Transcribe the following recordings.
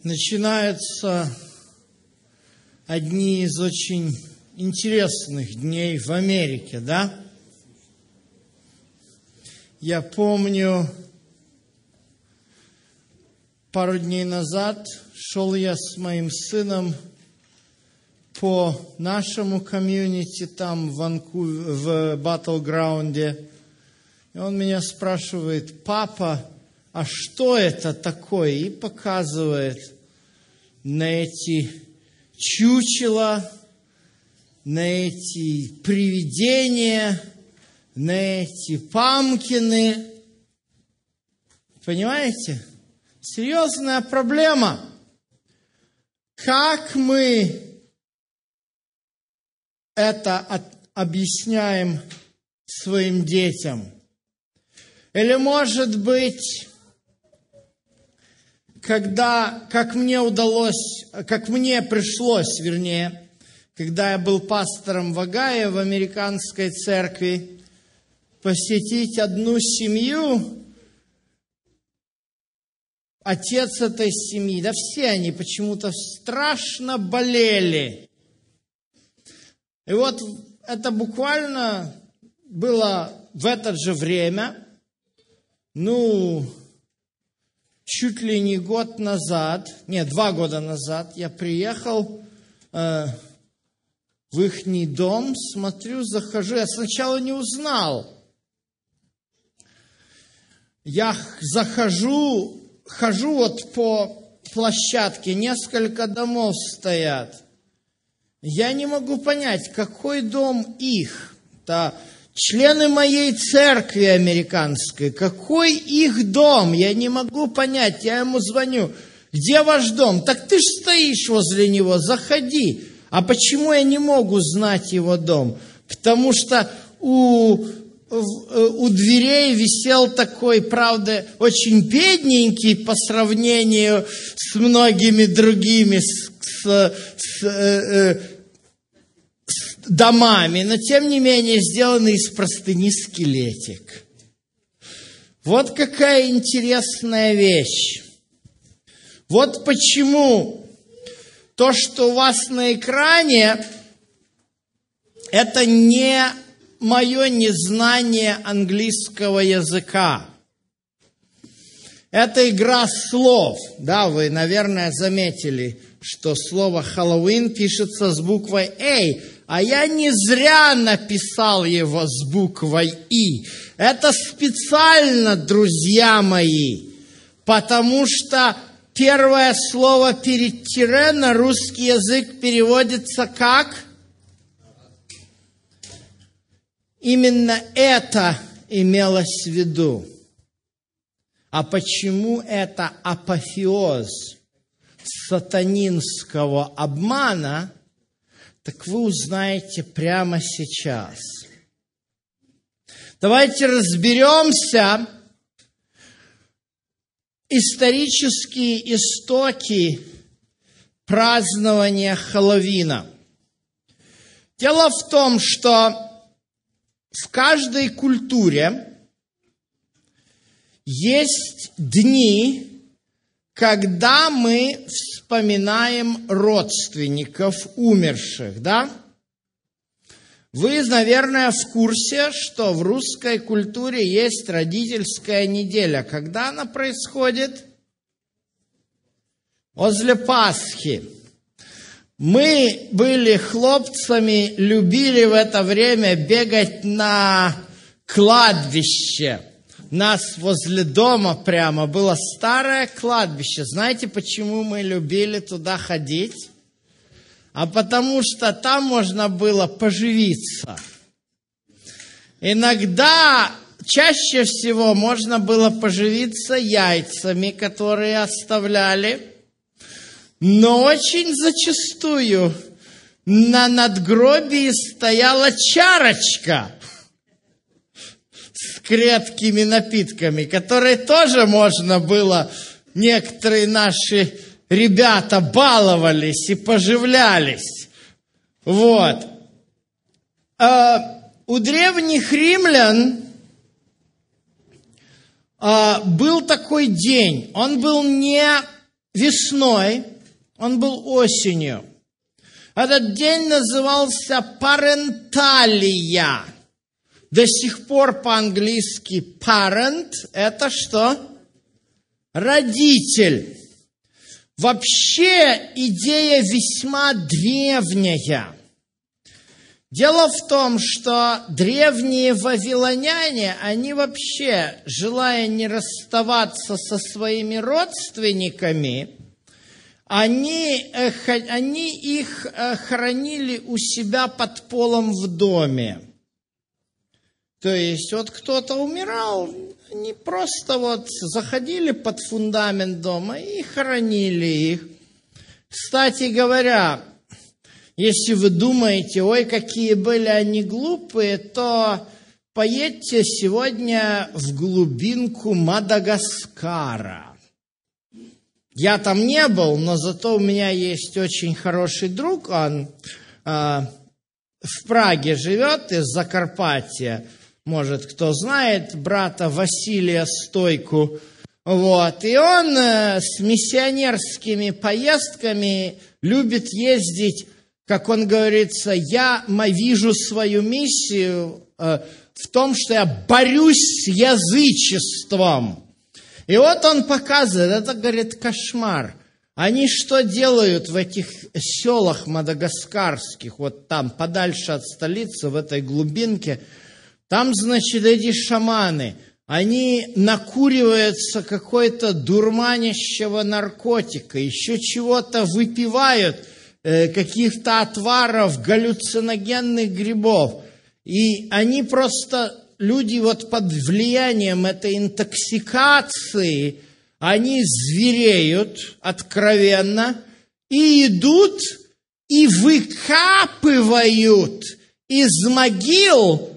Начинаются одни из очень интересных дней в Америке, да? Я помню, пару дней назад шел я с моим сыном по нашему комьюнити там в Батлграунде. И он меня спрашивает: папа, а что это такое? И показывает на эти чучела, на эти привидения, на эти памкины. Понимаете? Серьезная проблема. Как мы это объясняем своим детям? Или, может быть, как мне пришлось, когда я был пастором в Огайо, в американской церкви, посетить одну семью. Отец этой семьи, да все они почему-то страшно болели. И вот это буквально было в это же время, чуть ли не год назад, 2 года назад, я приехал в ихний дом, смотрю, захожу, я сначала не узнал. Я хожу вот по площадке, несколько домов стоят. Я не могу понять, какой дом их. Это члены моей церкви американской. Какой их дом? Я не могу понять. Я ему звоню: где ваш дом? Так ты ж стоишь возле него, заходи. А почему я не могу знать его дом? Потому что у дверей висел такой, правда, очень бедненький по сравнению с многими другими с домами, но тем не менее сделанный из простыни скелетик. Вот какая интересная вещь. Вот почему то, что у вас на экране, это не мое незнание английского языка. Это игра слов. Да, вы, наверное, заметили, что слово «Хэллоуин» пишется с буквой «А», а я не зря написал его с буквой «И». Это специально, друзья мои, потому что первое слово перед тире на русский язык переводится как? Именно это имелось в виду. А почему это апофеоз сатанинского обмана, так вы узнаете прямо сейчас. Давайте разберемся исторические истоки празднования Хэллоуина. Дело в том, что в каждой культуре есть дни, когда мы вспоминаем родственников умерших, да? Вы, наверное, в курсе, что в русской культуре есть родительская неделя. Когда она происходит? Возле Пасхи. Мы были хлопцами, любили в это время бегать на кладбище. У нас возле дома прямо было старое кладбище. Знаете, почему мы любили туда ходить? А потому что там можно было поживиться. Иногда, чаще всего, можно было поживиться яйцами, которые оставляли. Но очень зачастую на надгробии стояла чарочка с крепкими напитками, которые тоже можно было, некоторые наши ребята баловались и поживлялись. Вот. У древних римлян был такой день. Он был не весной, он был осенью. Этот день назывался паренталия. До сих пор по-английски parent – это что? Родитель. Вообще идея весьма древняя. Дело в том, что древние вавилоняне, они вообще, желая не расставаться со своими родственниками, они их хоронили у себя под полом в доме. То есть, вот кто-то умирал, они просто вот заходили под фундамент дома и хоронили их. Кстати говоря, если вы думаете, ой, какие были они глупые, то поедьте сегодня в глубинку Мадагаскара. Я там не был, но зато у меня есть очень хороший друг, он в Праге живет, из Закарпатья. Может, кто знает брата Василия Стойку. Вот. И он с миссионерскими поездками любит ездить, как он говорится, я вижу свою миссию в том, что я борюсь с язычеством. И вот он показывает, это, говорит, кошмар. Они что делают в этих селах мадагаскарских, вот там, подальше от столицы, в этой глубинке? Там, значит, эти шаманы, они накуриваются какой-то дурманящего наркотика, еще чего-то выпивают, каких-то отваров, галлюциногенных грибов. И они просто, люди вот под влиянием этой интоксикации, они звереют откровенно и идут и выкапывают из могил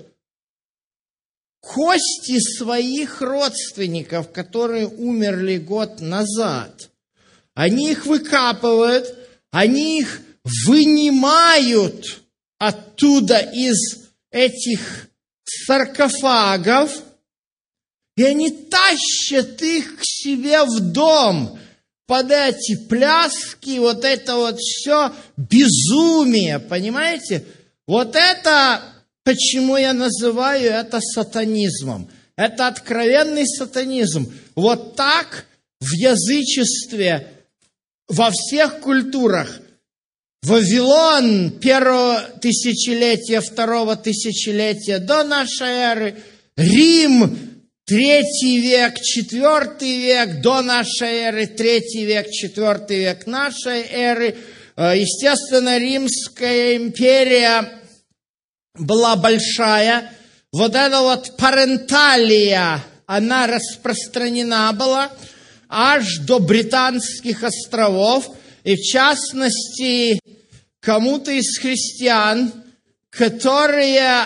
кости своих родственников, которые умерли год назад. Они их выкапывают, они их вынимают оттуда из этих саркофагов, и они тащат их к себе в дом под эти пляски, вот это вот все безумие, понимаете? Вот это, почему я называю это сатанизмом. Это откровенный сатанизм. Вот так в язычестве во всех культурах. Вавилон первого тысячелетия, второго тысячелетия до нашей эры, Рим 3 век, 4 век до нашей эры, 3 век, 4 век нашей эры. Естественно, Римская империя была большая. Вот эта вот паренталия, она распространена была аж до Британских островов. И в частности, кому-то из христиан, которые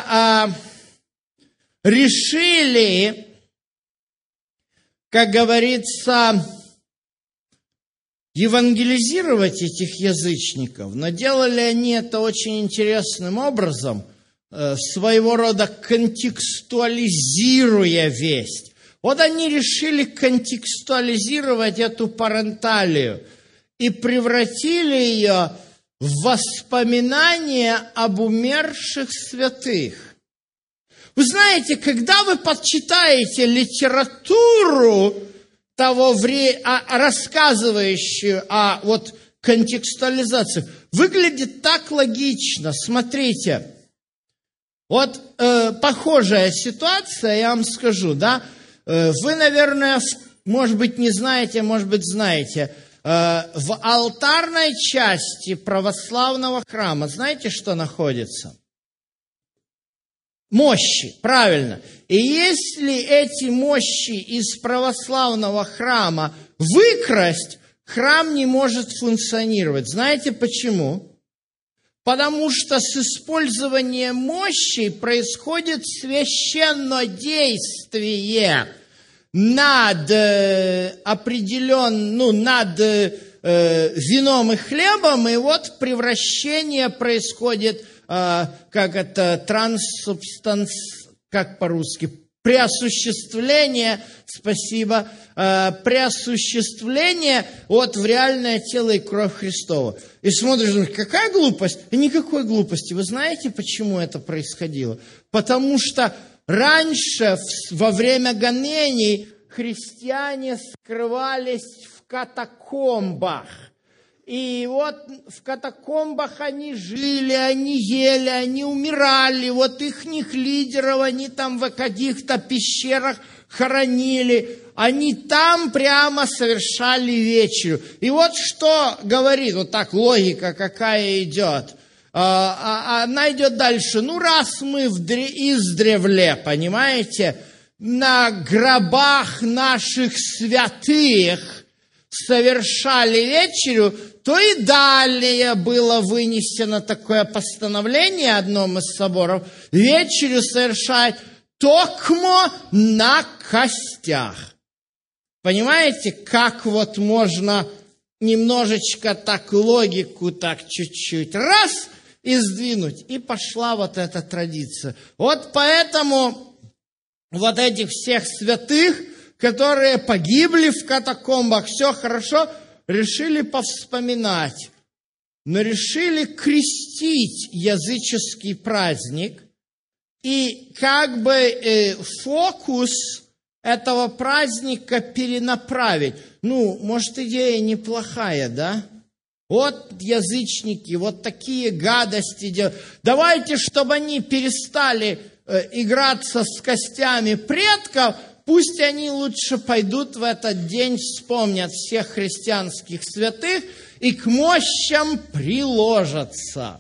решили, как говорится, евангелизировать этих язычников, но делали они это очень интересным образом, своего рода контекстуализируя весть. Вот они решили контекстуализировать эту паренталию и превратили ее в воспоминания об умерших святых. Вы знаете, когда вы почитаете литературу того времени, рассказывающую о вот контекстуализации, выглядит так логично. Смотрите, вот похожая ситуация, я вам скажу, да? Вы, наверное, может быть, не знаете, может быть, знаете. В алтарной части православного храма, знаете, что находится? Мощи, правильно. И если эти мощи из православного храма выкрасть, храм не может функционировать. Знаете почему? Потому что с использованием мощи происходит священнодействие над над вином и хлебом, и вот превращение происходит, как это, как по-русски, преосуществление, спасибо, преосуществление вот в реальное тело и кровь Христова. И смотришь, думаешь, какая глупость? И никакой глупости. Вы знаете, почему это происходило? Потому что раньше, во время гонений, христиане скрывались в катакомбах. И вот в катакомбах они жили, они ели, они умирали. Вот ихних лидеров они там в каких-то пещерах хоронили. Они там прямо совершали вечерю. И вот что говорит, вот так логика какая идет. Она идет дальше. Ну, раз мы издревле, понимаете, на гробах наших святых совершали вечерю, то и далее было вынесено такое постановление одном из соборов, вечерю совершать токмо на костях. Понимаете, как вот можно немножечко так логику так чуть-чуть раз и сдвинуть, и пошла вот эта традиция. Вот поэтому вот этих всех святых, которые погибли в катакомбах, все хорошо, решили повспоминать, но решили крестить языческий праздник и как бы фокус этого праздника перенаправить. Ну, может, идея неплохая, да? Вот язычники, вот такие гадости делают. Давайте, чтобы они перестали играться с костями предков, пусть они лучше пойдут в этот день, вспомнят всех христианских святых и к мощам приложатся.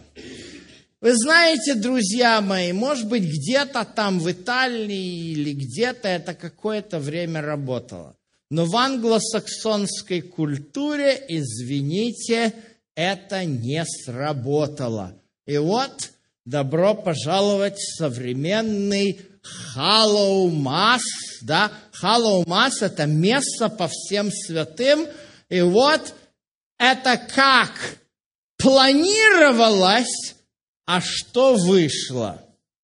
Вы знаете, друзья мои, может быть, где-то там в Италии или где-то это какое-то время работало. Но в англосаксонской культуре, извините, это не сработало. И вот, добро пожаловать в современный Халлоумас, да, Халлоумас – это месса по всем святым, и вот это как планировалось, а что вышло?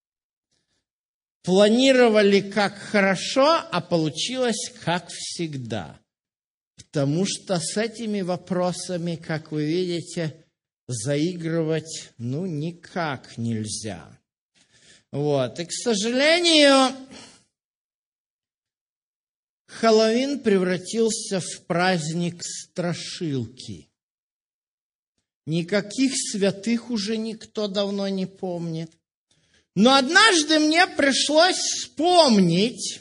Планировали как хорошо, а получилось как всегда. Потому что с этими вопросами, как вы видите, заигрывать, никак нельзя. Вот. И, к сожалению, Хэллоуин превратился в праздник страшилки. Никаких святых уже никто давно не помнит. Но однажды мне пришлось вспомнить,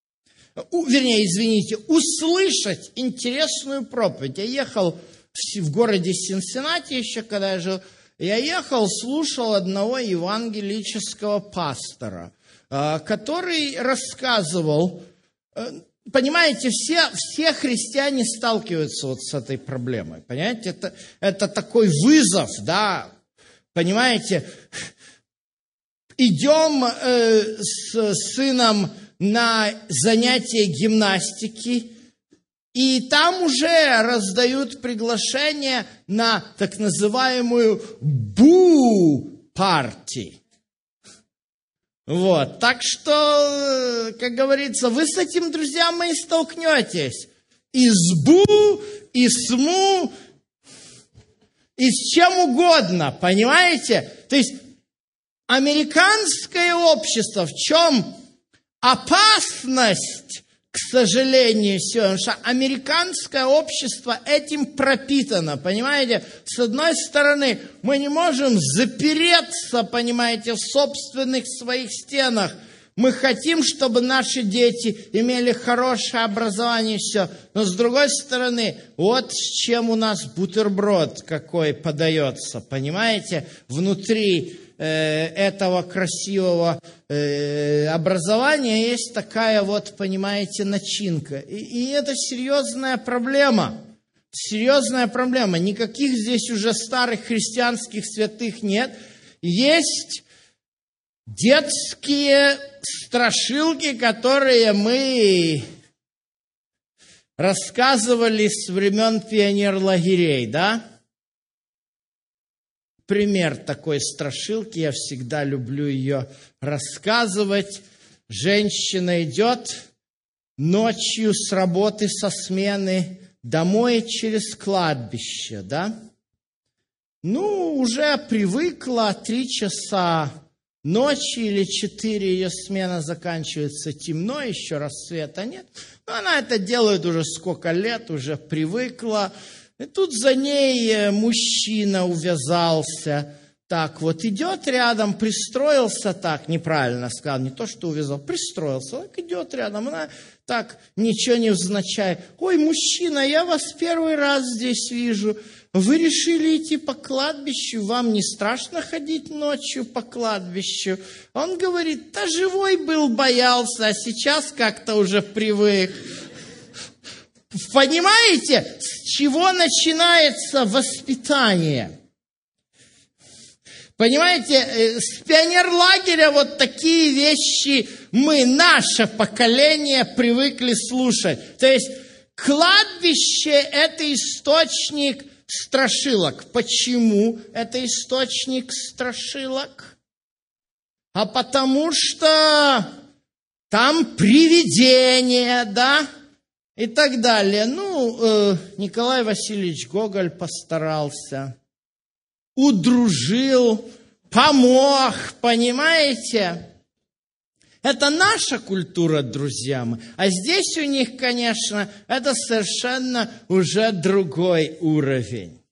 услышать интересную проповедь. Я ехал в городе Синсиннати еще, когда я жил. Я ехал, слушал одного евангелического пастора, который рассказывал, понимаете, все христиане сталкиваются вот с этой проблемой, понимаете, это такой вызов, да, понимаете, идем с сыном на занятия гимнастики, и там уже раздают приглашение на так называемую бу-парти. Вот, так что, как говорится, вы с этим, друзья мои, столкнетесь. И с бу, и с му, и с чем угодно, понимаете? То есть, американское общество, в чем опасность, к сожалению, потому что американское общество этим пропитано, понимаете? С одной стороны, мы не можем запереться, понимаете, в собственных своих стенах. Мы хотим, чтобы наши дети имели хорошее образование и все. Но с другой стороны, вот с чем у нас бутерброд какой подается, понимаете? Внутри этого красивого образования есть такая вот, понимаете, начинка. И это серьезная проблема. Серьезная проблема. Никаких здесь уже старых христианских святых нет. Есть детские страшилки, которые мы рассказывали с времен пионерлагерей, да? Пример такой страшилки, я всегда люблю ее рассказывать. Женщина идет ночью с работы, со смены домой через кладбище, да? Ну, уже привыкла, 3 часа ночи или 4 ее смена заканчивается, темно, еще рассвета нет. Но она это делает уже сколько лет, уже привыкла. И тут за ней мужчина увязался. Так вот, идет рядом, пристроился так, неправильно сказал, не то, что увязал, пристроился, так идет рядом, она так, ничего не означает. Ой, мужчина, я вас первый раз здесь вижу, вы решили идти по кладбищу, вам не страшно ходить ночью по кладбищу? Он говорит, да живой был, боялся, а сейчас как-то уже привык. Понимаете, с чего начинается воспитание? Понимаете, с пионерлагеря вот такие вещи мы, наше поколение, привыкли слушать. То есть кладбище – это источник страшилок. Почему это источник страшилок? А потому что там привидения, да, и так далее. Ну, Николай Васильевич Гоголь постарался. Удружил, помог, понимаете? Это наша культура, друзья мои. А здесь у них, конечно, это совершенно уже другой уровень.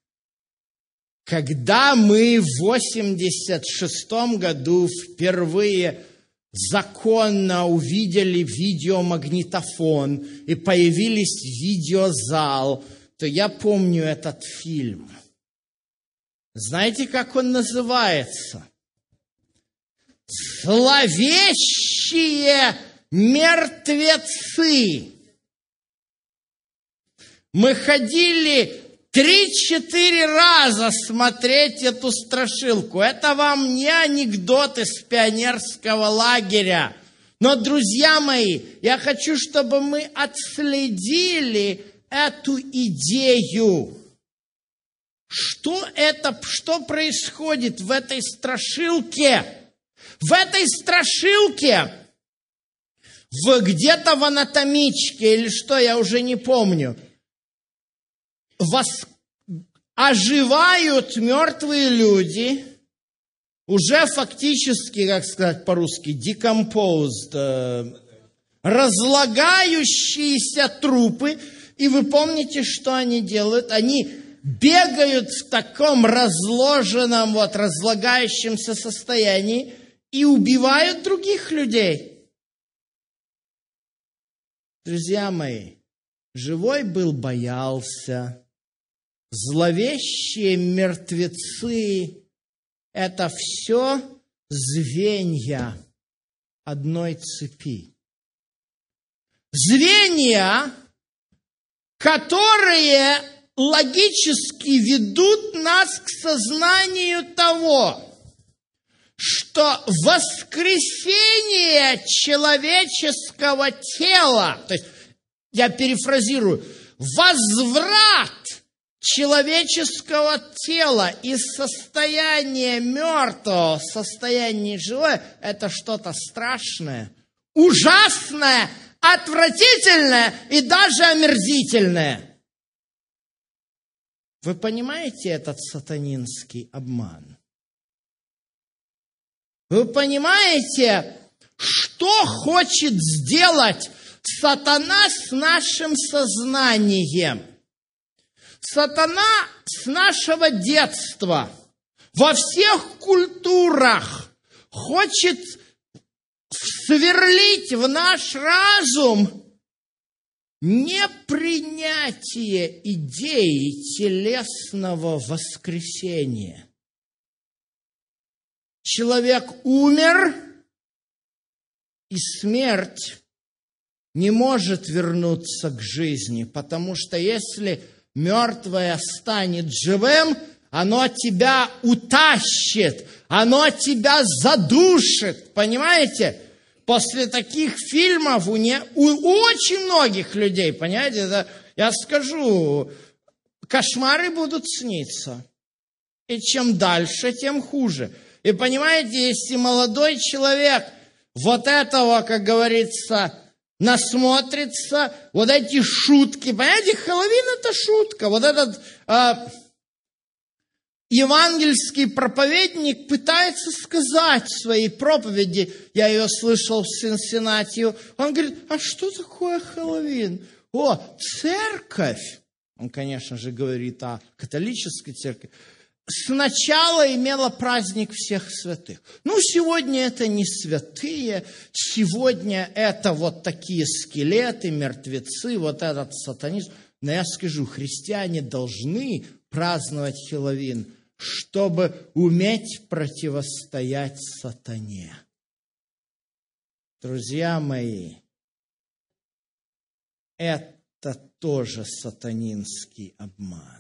Когда мы в 1986 году впервые законно увидели видеомагнитофон и появились видеозал, то я помню этот фильм. Знаете, как он называется? «Зловещие мертвецы». Мы ходили 3-4 раза смотреть эту страшилку. Это вам не анекдот из пионерского лагеря. Но, друзья мои, я хочу, чтобы мы отследили эту идею. Что происходит в этой страшилке? В этой страшилке, где-то в анатомичке, или что, я уже не помню, оживают мертвые люди, уже фактически, как сказать по-русски, decomposed, разлагающиеся трупы. И вы помните, что они делают? Они бегают в таком разложенном, разлагающемся состоянии и убивают других людей. Друзья мои, живой был, боялся. Зловещие мертвецы – это все звенья одной цепи. Звенья, которые логически ведут нас к сознанию того, что воскресение человеческого тела, то есть, я перефразирую, возврат человеческого тела из состояния мертвого в состояние живое, это что-то страшное, ужасное, отвратительное и даже омерзительное. Вы понимаете этот сатанинский обман? Вы понимаете, что хочет сделать сатана с нашим сознанием? Сатана с нашего детства во всех культурах хочет сверлить в наш разум непринятие идеи телесного воскресения. Человек умер, и смерть не может вернуться к жизни, потому что если мертвое станет живым, оно тебя утащит, оно тебя задушит, понимаете? После таких фильмов у очень многих людей, понимаете, я скажу, кошмары будут сниться. И чем дальше, тем хуже. И понимаете, если молодой человек вот этого, как говорится, насмотрится, вот эти шутки. Понимаете, Хэллоуин – это шутка. Вот этот евангельский проповедник пытается сказать в своей проповеди, я ее слышал в Цинциннати, он говорит, а что такое Хэллоуин? О, церковь, он, конечно же, говорит о католической церкви, сначала имела праздник всех святых. Ну, сегодня это не святые, сегодня это вот такие скелеты, мертвецы, вот этот сатанизм. Но я скажу, христиане должны праздновать Хэллоуин, чтобы уметь противостоять сатане. Друзья мои, это тоже сатанинский обман.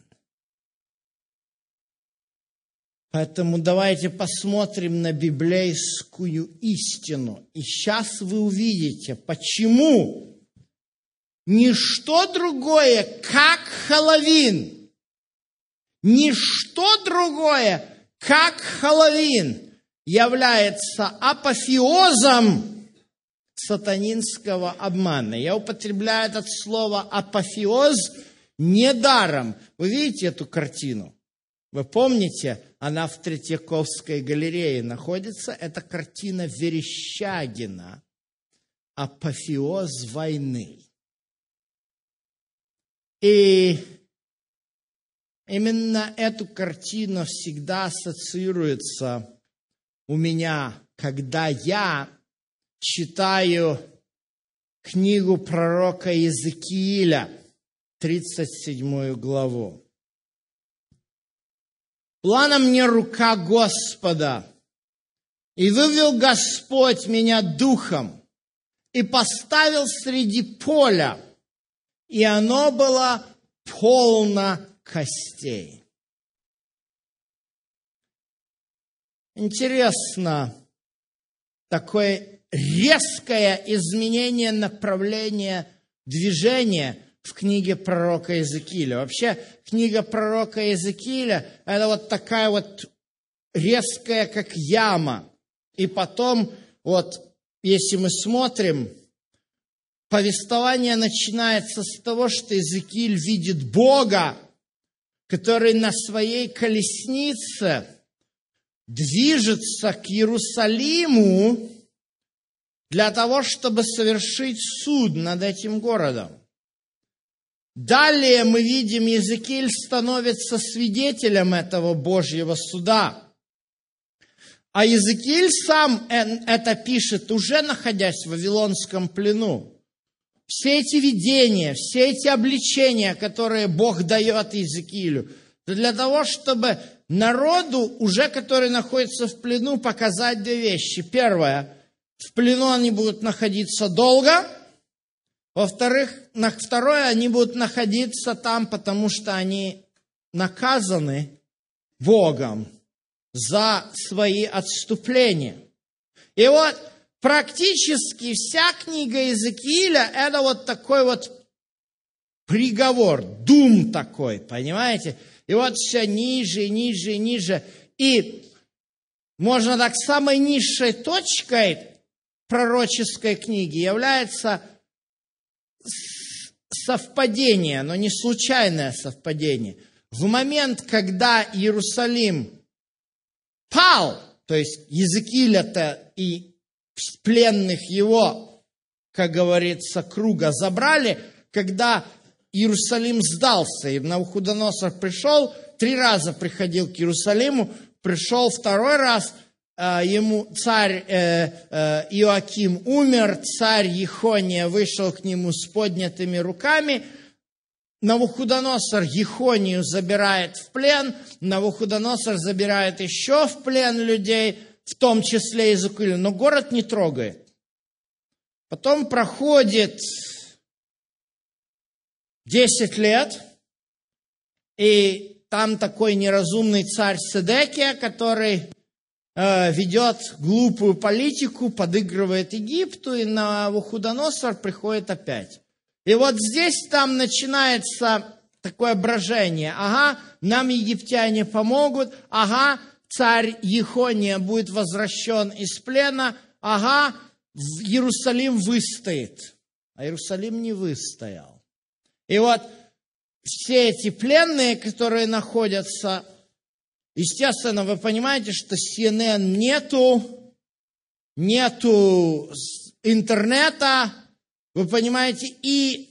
Поэтому давайте посмотрим на библейскую истину. И сейчас вы увидите, почему ничто другое, как Хэллоуин, ничто другое, как Хэллоуин, является апофеозом сатанинского обмана. Я употребляю это слово апофеоз недаром. Вы видите эту картину? Вы помните, она в Третьяковской галерее находится. Это картина Верещагина «Апофеоз войны». И именно эту картину всегда ассоциируется у меня, когда я читаю книгу пророка Иезекииля, 37 главу. «Была мне рука Господа, и вывел Господь меня духом, и поставил среди поля, и оно было полно костей». Интересно, такое резкое изменение направления движения в книге пророка Иезекииля. Вообще, книга пророка Иезекииля – это вот такая вот резкая, как яма. И потом, вот, если мы смотрим, повествование начинается с того, что Иезекииль видит Бога, который на своей колеснице движется к Иерусалиму для того, чтобы совершить суд над этим городом. Далее мы видим, Иезекииль становится свидетелем этого Божьего суда. А Иезекииль сам это пишет, уже находясь в Вавилонском плену. Все эти видения, все эти обличения, которые Бог дает Иезекиилю, для того, чтобы народу, уже который находится в плену, показать две вещи. Первое, в плену они будут находиться долго. Во-вторых, второе, они будут находиться там, потому что они наказаны Богом за свои отступления. И вот практически вся книга Иезекииля – это вот такой вот приговор, дум такой, понимаете? И вот все ниже, и ниже, и ниже. И можно так, самой низшей точкой пророческой книги является совпадение, но не случайное совпадение. В момент, когда Иерусалим пал, то есть Иезекииля-то и пленных его, как говорится, круга забрали, когда Иерусалим сдался, и Навуходоносор пришел, 3 раза приходил к Иерусалиму, пришел 2 раз, ему царь Иоаким умер, царь Ехония вышел к нему с поднятыми руками, Навуходоносор Ехонию забирает в плен, Навуходоносор забирает еще в плен людей, в том числе Иезекииля, но город не трогает. Потом проходит 10 лет, и там такой неразумный царь Седекия, который ведет глупую политику, подыгрывает Египту, и Навуходоносор приходит опять. И вот здесь там начинается такое брожение. Ага, нам египтяне помогут, ага, царь Ехония будет возвращен из плена, ага, Иерусалим выстоит. А Иерусалим не выстоял. И вот все эти пленные, которые находятся, естественно, вы понимаете, что CNN нету интернета, вы понимаете, и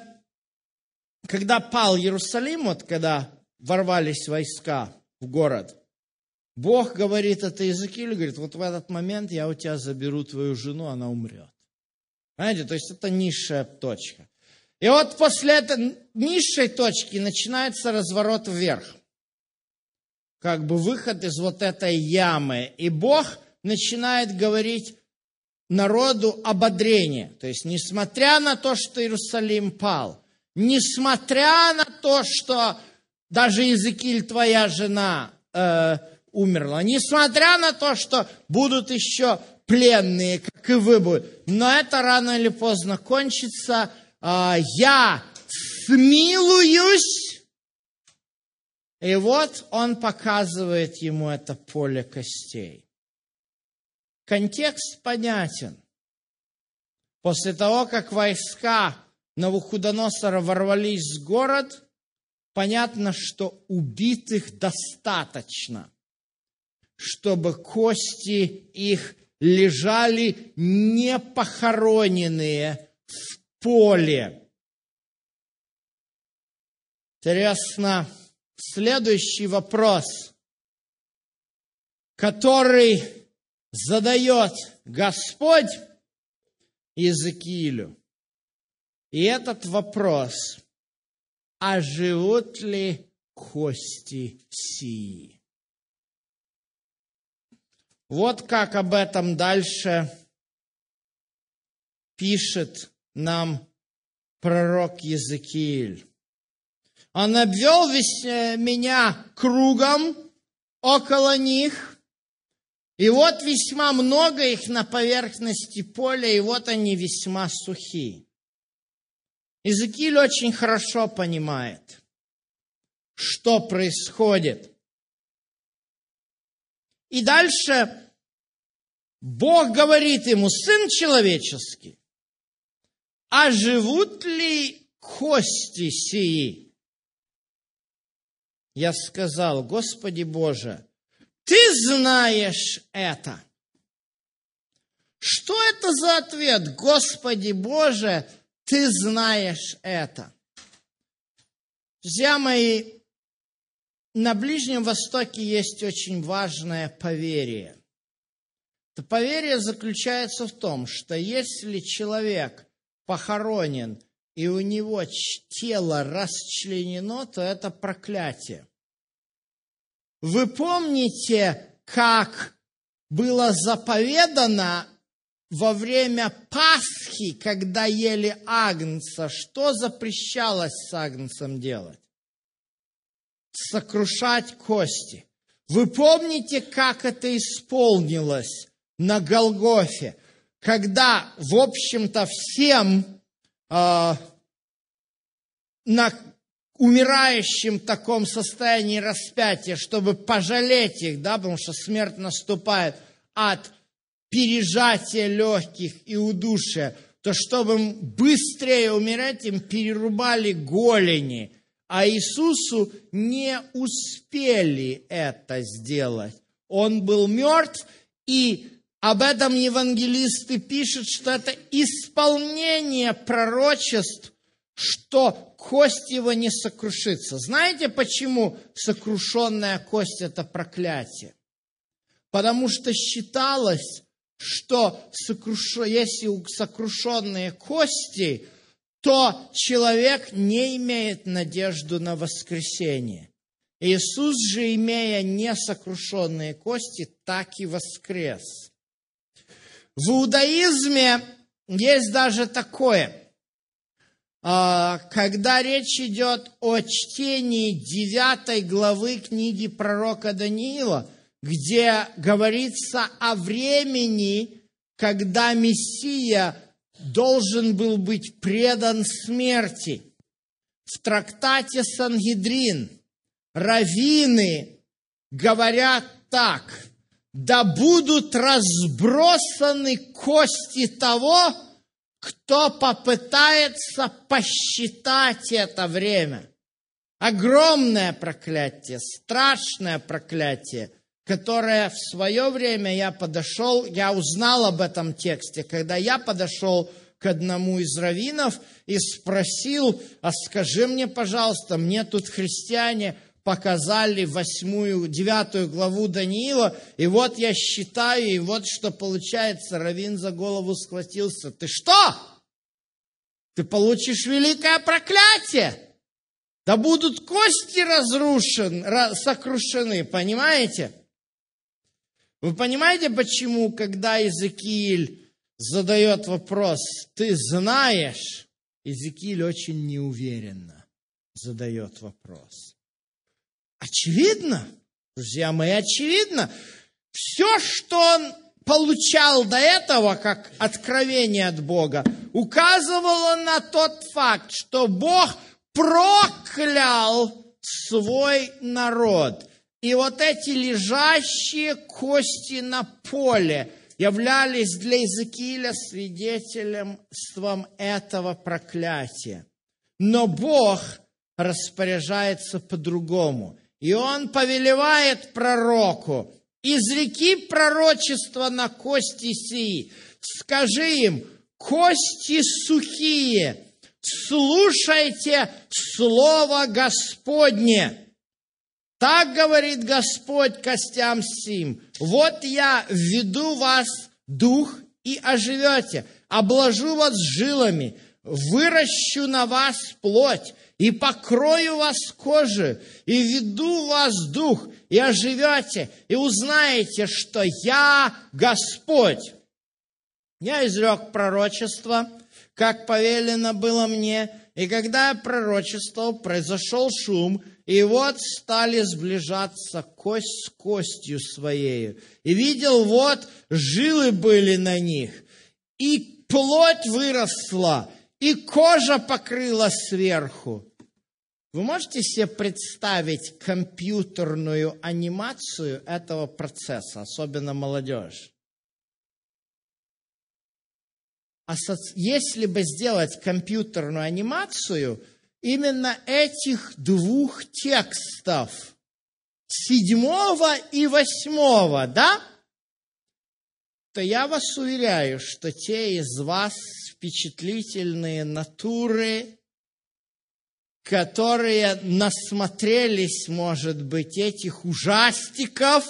когда пал Иерусалим, вот когда ворвались войска в город, Бог говорит это Иезекиилю, говорит, вот в этот момент я у тебя заберу твою жену, она умрет. Понимаете, то есть это низшая точка. И вот после этой низшей точки начинается разворот вверх. Как бы выход из вот этой ямы. И Бог начинает говорить народу ободрение. То есть, несмотря на то, что Иерусалим пал, несмотря на то, что даже Иезекииль, твоя жена, умерла, несмотря на то, что будут еще пленные, как и вы будете, но это рано или поздно кончится, я смилуюсь. И вот он показывает ему это поле костей. Контекст понятен. После того, как войска Навуходоносора ворвались в город, понятно, что убитых достаточно, чтобы кости их лежали непохороненные в поле. Интересно, следующий вопрос, который задает Господь Иезекиилю. И этот вопрос: а живут ли кости сии? Вот как об этом дальше пишет нам пророк Иезекииль. Он обвел меня кругом около них, и вот весьма много их на поверхности поля, и вот они весьма сухи. Иезекииль очень хорошо понимает, что происходит. И дальше Бог говорит ему: сын человеческий, а живут ли кости сии? Я сказал: Господи Боже, Ты знаешь это. Что это за ответ? Господи Боже, Ты знаешь это. Друзья мои, на Ближнем Востоке есть очень важное поверье. Это поверье заключается в том, что если человек похоронен и у него тело расчленено, то это проклятие. Вы помните, как было заповедано во время Пасхи, когда ели агнца, что запрещалось с агнцем делать? Сокрушать кости. Вы помните, как это исполнилось на Голгофе, когда, в общем-то, всем на умирающим таком состоянии распятия, чтобы пожалеть их, да, потому что смерть наступает от пережатия легких и удушья, то чтобы им быстрее умереть, им перерубали голени, а Иисусу не успели это сделать. Он был мертв, и об этом евангелисты пишут, что это исполнение пророчеств, что кость его не сокрушится. Знаете, почему сокрушенная кость – это проклятие? Потому что считалось, что если сокрушенные кости, то человек не имеет надежду на воскресение. Иисус же, имея несокрушенные кости, так и воскрес. В иудаизме есть даже такое, когда речь идет о чтении 9 главы книги пророка Даниила, где говорится о времени, когда Мессия должен был быть предан смерти. В трактате Сангедрин раввины говорят так: да будут разбросаны кости того, кто попытается посчитать это время. Огромное проклятие, страшное проклятие, которое в свое время я узнал об этом тексте, когда я подошел к одному из раввинов и спросил: а скажи мне, пожалуйста, мне тут христиане показали 9 главу Даниила, и вот я считаю, и вот что получается. Раввин за голову схватился. Ты что? Ты получишь великое проклятие. Да будут кости сокрушены, понимаете? Вы понимаете, почему, когда Иезекииль задает вопрос, ты знаешь, Иезекииль очень неуверенно задает вопрос. Очевидно, друзья мои, очевидно. Все, что он получал до этого, как откровение от Бога, указывало на тот факт, что Бог проклял свой народ. И вот эти лежащие кости на поле являлись для Иезекииля свидетельством этого проклятия. Но Бог распоряжается по-другому. И Он повелевает пророку: изреки пророчество на кости сии, скажи им: кости сухие, слушайте слово Господне. Так говорит Господь костям сим: вот я введу вас дух, и оживете, обложу вас жилами, выращу на вас плоть, и покрою вас кожей, и введу в вас дух, и оживете, и узнаете, что я Господь. Я изрек пророчество, как повелено было мне, и когда я пророчествовал, произошел шум, и вот стали сближаться кость с костью своею. И видел, вот жилы были на них, и плоть выросла, и кожа покрыла сверху. Вы можете себе представить компьютерную анимацию этого процесса, особенно молодежь? Если бы сделать компьютерную анимацию именно этих двух текстов, 7 и 8, да? То я вас уверяю, что те из вас впечатлительные натуры, которые насмотрелись, может быть, этих ужастиков,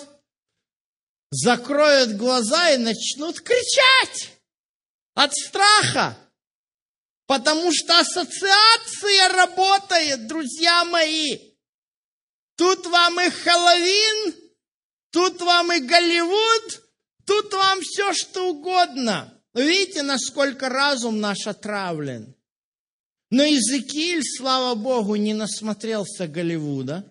закроют глаза и начнут кричать от страха. Потому что ассоциация работает, друзья мои. Тут вам и Хэллоуин, тут вам и Голливуд, тут вам все, что угодно. Видите, насколько разум наш отравлен. Но Иезекииль, слава Богу, не насмотрелся Голливуда.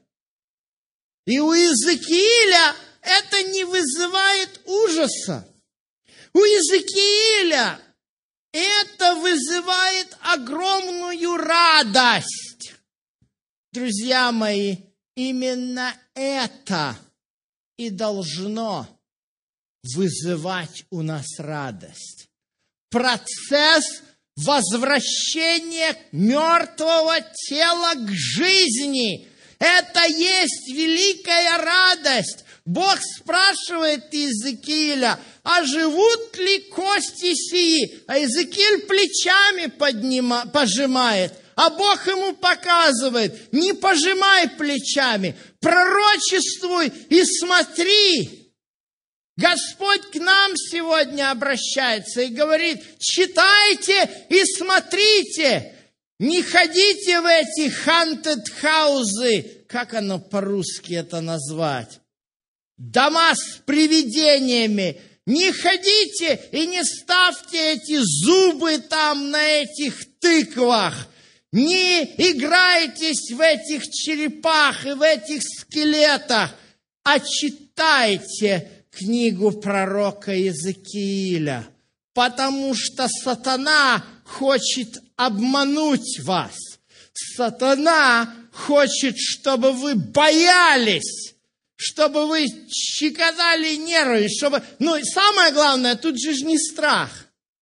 И у Иезекииля это не вызывает ужаса. У Иезекииля это вызывает огромную радость. Друзья мои, именно это и должно вызывать у нас радость. Процесс возвращения мертвого тела к жизни. Это есть великая радость. Бог спрашивает Иезекииля: а живут ли кости сии? А Иезекииль плечами пожимает, а Бог ему показывает: не пожимай плечами, пророчествуй и смотри. Господь к нам сегодня обращается и говорит: читайте и смотрите. Не ходите в эти haunted houses, как оно по-русски это назвать? Дома с привидениями. Не ходите и не ставьте эти зубы там на этих тыквах. Не играйтесь в этих черепах и в этих скелетах, а читайте книгу пророка Иезекииля, потому что сатана хочет обмануть вас. Сатана хочет, чтобы вы боялись, чтобы вы щекотали нервы, чтобы... Ну, и самое главное, тут же не страх.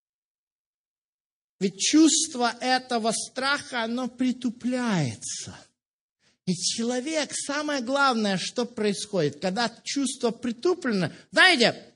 Ведь чувство этого страха, оно притупляется. И человек, самое главное, что происходит, когда чувство притуплено, знаете,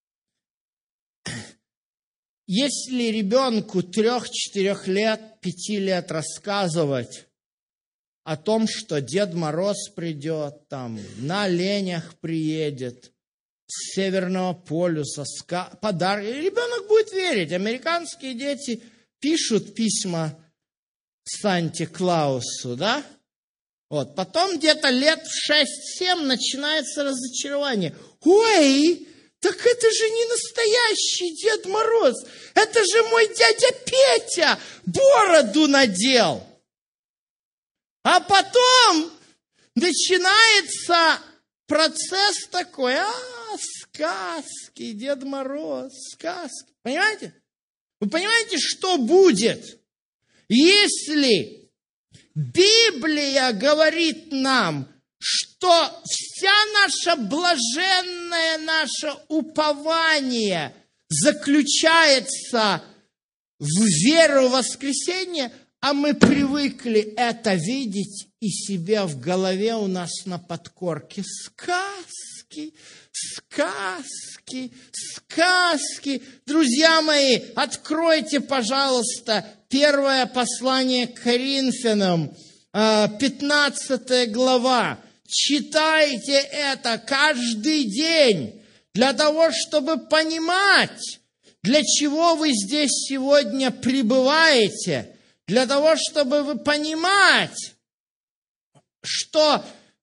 если ребенку 3-4 лет, 5 лет рассказывать о том, что Дед Мороз придет, там, на оленях приедет, с Северного полюса, подарок, ребенок будет верить. Американские дети пишут письма Санте-Клаусу, да? Вот, потом где-то лет в 6-7 начинается разочарование. Ой, так это же не настоящий Дед Мороз. Это же мой дядя Петя бороду надел. А потом начинается процесс такой. Сказки, Дед Мороз, сказки. Понимаете? Вы понимаете, что будет, если Библия говорит нам, что вся наша блаженное наше упование заключается в веру в воскресение, а мы привыкли это видеть, и себе в голове у нас на подкорке сказки, сказки, сказки. Друзья мои, откройте, пожалуйста, первое послание к Коринфянам, 15 глава. Читайте это каждый день для того, чтобы понимать, для чего вы здесь сегодня пребываете, для того, чтобы вы понимать, что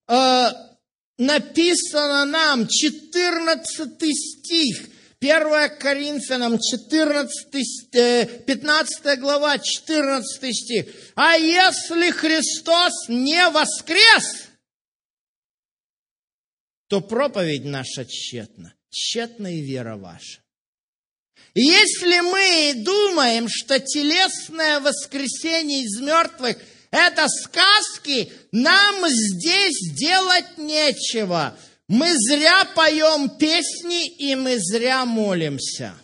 написано нам, 14 стих, 1 Коринфянам, 15 глава, 14 стих. А если Христос не воскрес, то проповедь наша тщетна, тщетна и вера ваша. И если мы думаем, что телесное воскресение из мертвых – это сказки, нам здесь делать нечего. Мы зря поем песни, и мы зря молимся.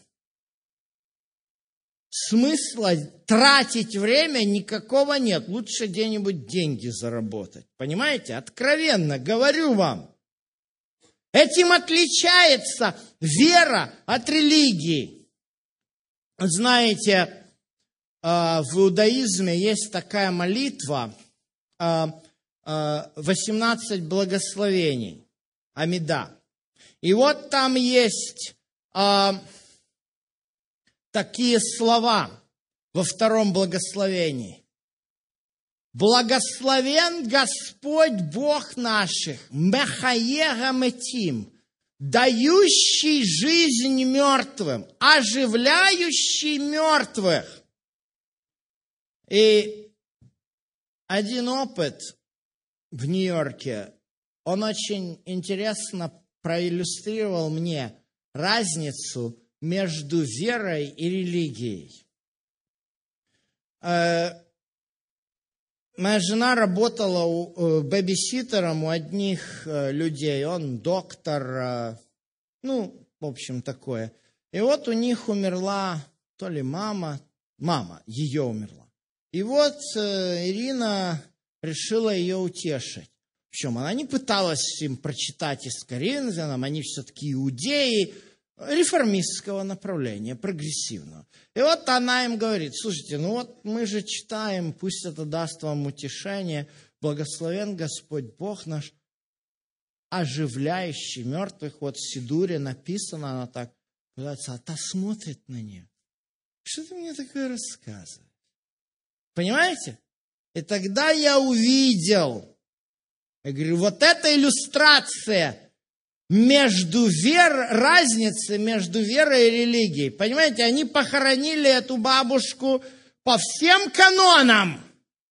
Смысла тратить время никакого нет. Лучше где-нибудь деньги заработать. Понимаете? Откровенно говорю вам. Этим отличается вера от религии. Знаете, в иудаизме есть такая молитва, 18 благословений, Амида. И вот там есть такие слова во втором благословении. Благословен Господь Бог наших, Мехаега Метим, дающий жизнь мертвым, оживляющий мертвых. И один опыт в Нью-Йорке, он очень интересно проиллюстрировал мне разницу между верой и религией. Моя жена работала бэбиситером у одних людей, он доктор, в общем, такое. И вот у них умерла то ли мама, ее умерла. И вот Ирина решила ее утешить. Причем она не пыталась им прочитать из Коринфянам, они все-таки иудеи, реформистского направления, прогрессивного. И вот она им говорит: слушайте, мы же читаем, пусть это даст вам утешение, благословен Господь Бог наш, оживляющий мертвых. Вот в Сидуре написано, она так, а та смотрит на нее. Что ты мне такое рассказываешь? Понимаете? И тогда я увидел, я говорю, вот эта иллюстрация разницы между верой и религией. Понимаете, они похоронили эту бабушку по всем канонам.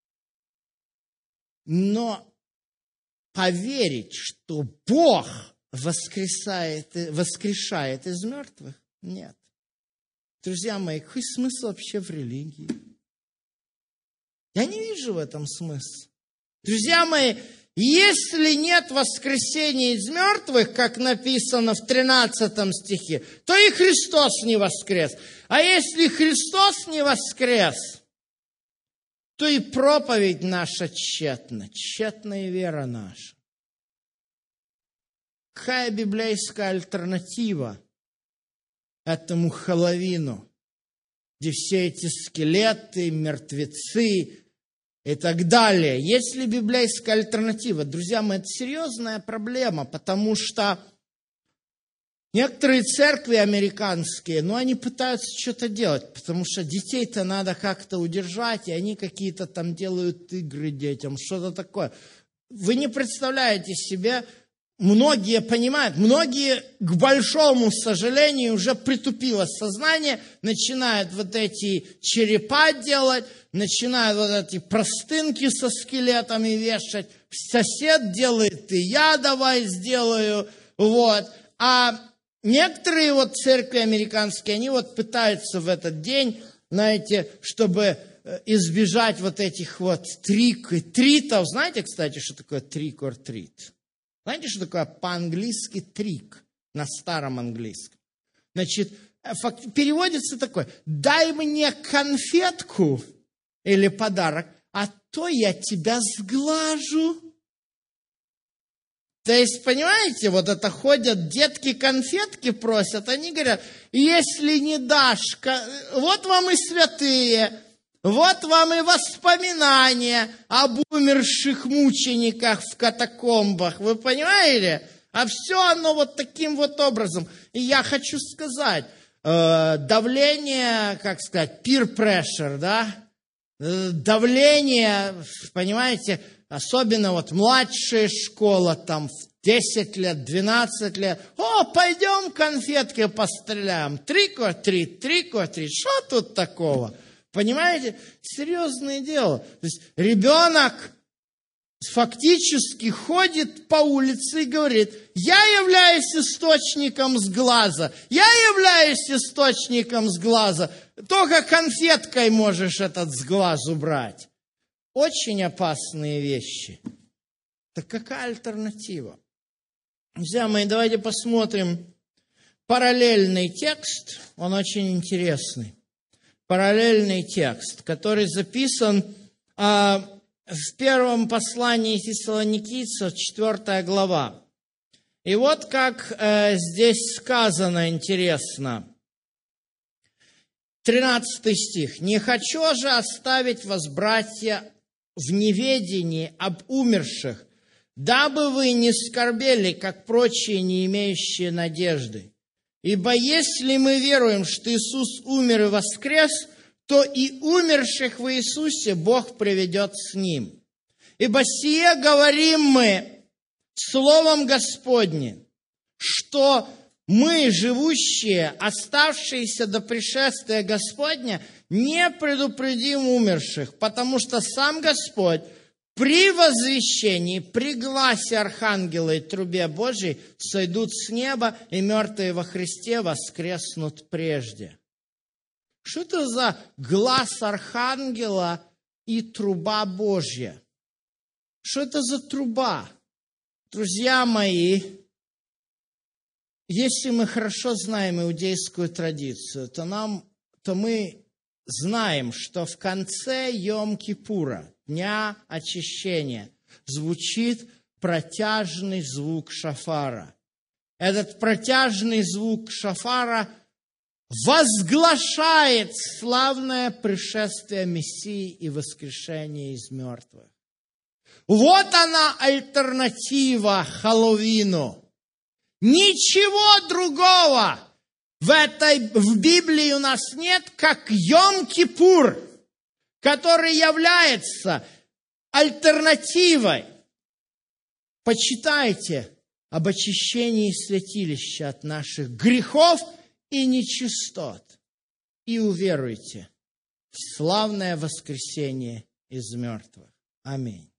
Но поверить, что Бог воскрешает из мертвых, нет. Друзья мои, какой смысл вообще в религии? Я не вижу в этом смысла. Друзья мои, Если нет воскресения из мертвых, как написано в 13 стихе, то и Христос не воскрес. А если Христос не воскрес, то и проповедь наша тщетна, тщетна и вера наша. Какая библейская альтернатива этому Хэллоуину, где все эти скелеты, мертвецы и так далее? Есть ли библейская альтернатива? Друзья мои, это серьезная проблема, потому что некоторые церкви американские, они пытаются что-то делать, потому что детей-то надо как-то удержать, и они какие-то там делают игры детям, что-то такое. Вы не представляете себе, многие понимают, многие, к большому сожалению, уже притупило сознание, начинают вот эти черепа делать, начинают вот эти простынки со скелетами вешать, сосед делает, и я давай сделаю, А некоторые церкви американские, они пытаются в этот день, знаете, чтобы избежать этих тритов. Знаете, кстати, что такое trick or treat? Знаете, что такое по-английски трик на старом английском? Значит, переводится такое: дай мне конфетку или подарок, а то я тебя сглажу. То есть, понимаете, это ходят детки конфетки просят, они говорят: если не дашь, вот вам и святые, вот вам и воспоминания об умерших мучениках в катакомбах. Вы понимаете? А все оно таким образом. И я хочу сказать, давление, peer pressure, да? Давление, понимаете, особенно младшая школа, там в 10 лет, 12 лет. Пойдем конфетки постреляем. Trick or treat. Что тут такого? Понимаете? Серьезное дело. То есть ребенок фактически ходит по улице и говорит: я являюсь источником сглаза. Я являюсь источником сглаза. Только конфеткой можешь этот сглаз убрать. Очень опасные вещи. Так какая альтернатива? Друзья мои, давайте посмотрим параллельный текст. Он очень интересный. Параллельный текст, который записан в первом послании Фессалоникийцам, 4 глава. И как здесь сказано интересно. 13 стих. «Не хочу же оставить вас, братья, в неведении об умерших, дабы вы не скорбели, как прочие, не имеющие надежды. Ибо если мы веруем, что Иисус умер и воскрес, то и умерших в Иисусе Бог приведет с Ним. Ибо сие говорим мы Словом Господним, что мы, живущие, оставшиеся до пришествия Господня, не предупредим умерших, потому что сам Господь при возвещении, при гласе архангела и трубе Божией сойдут с неба, и мертвые во Христе воскреснут прежде». Что это за глас архангела и труба Божья? Что это за труба? Друзья мои, если мы хорошо знаем иудейскую традицию, то мы знаем, что в конце Йом-Кипура, Дня очищения, звучит протяжный звук шафара. Этот протяжный звук шафара возглашает славное пришествие Мессии и воскрешение из мертвых. Вот она альтернатива Хэллоуину. Ничего другого в Библии у нас нет, как Йом-Кипур, который является альтернативой. Почитайте об очищении святилища от наших грехов и нечистот, и уверуйте в славное воскресение из мертвых. Аминь.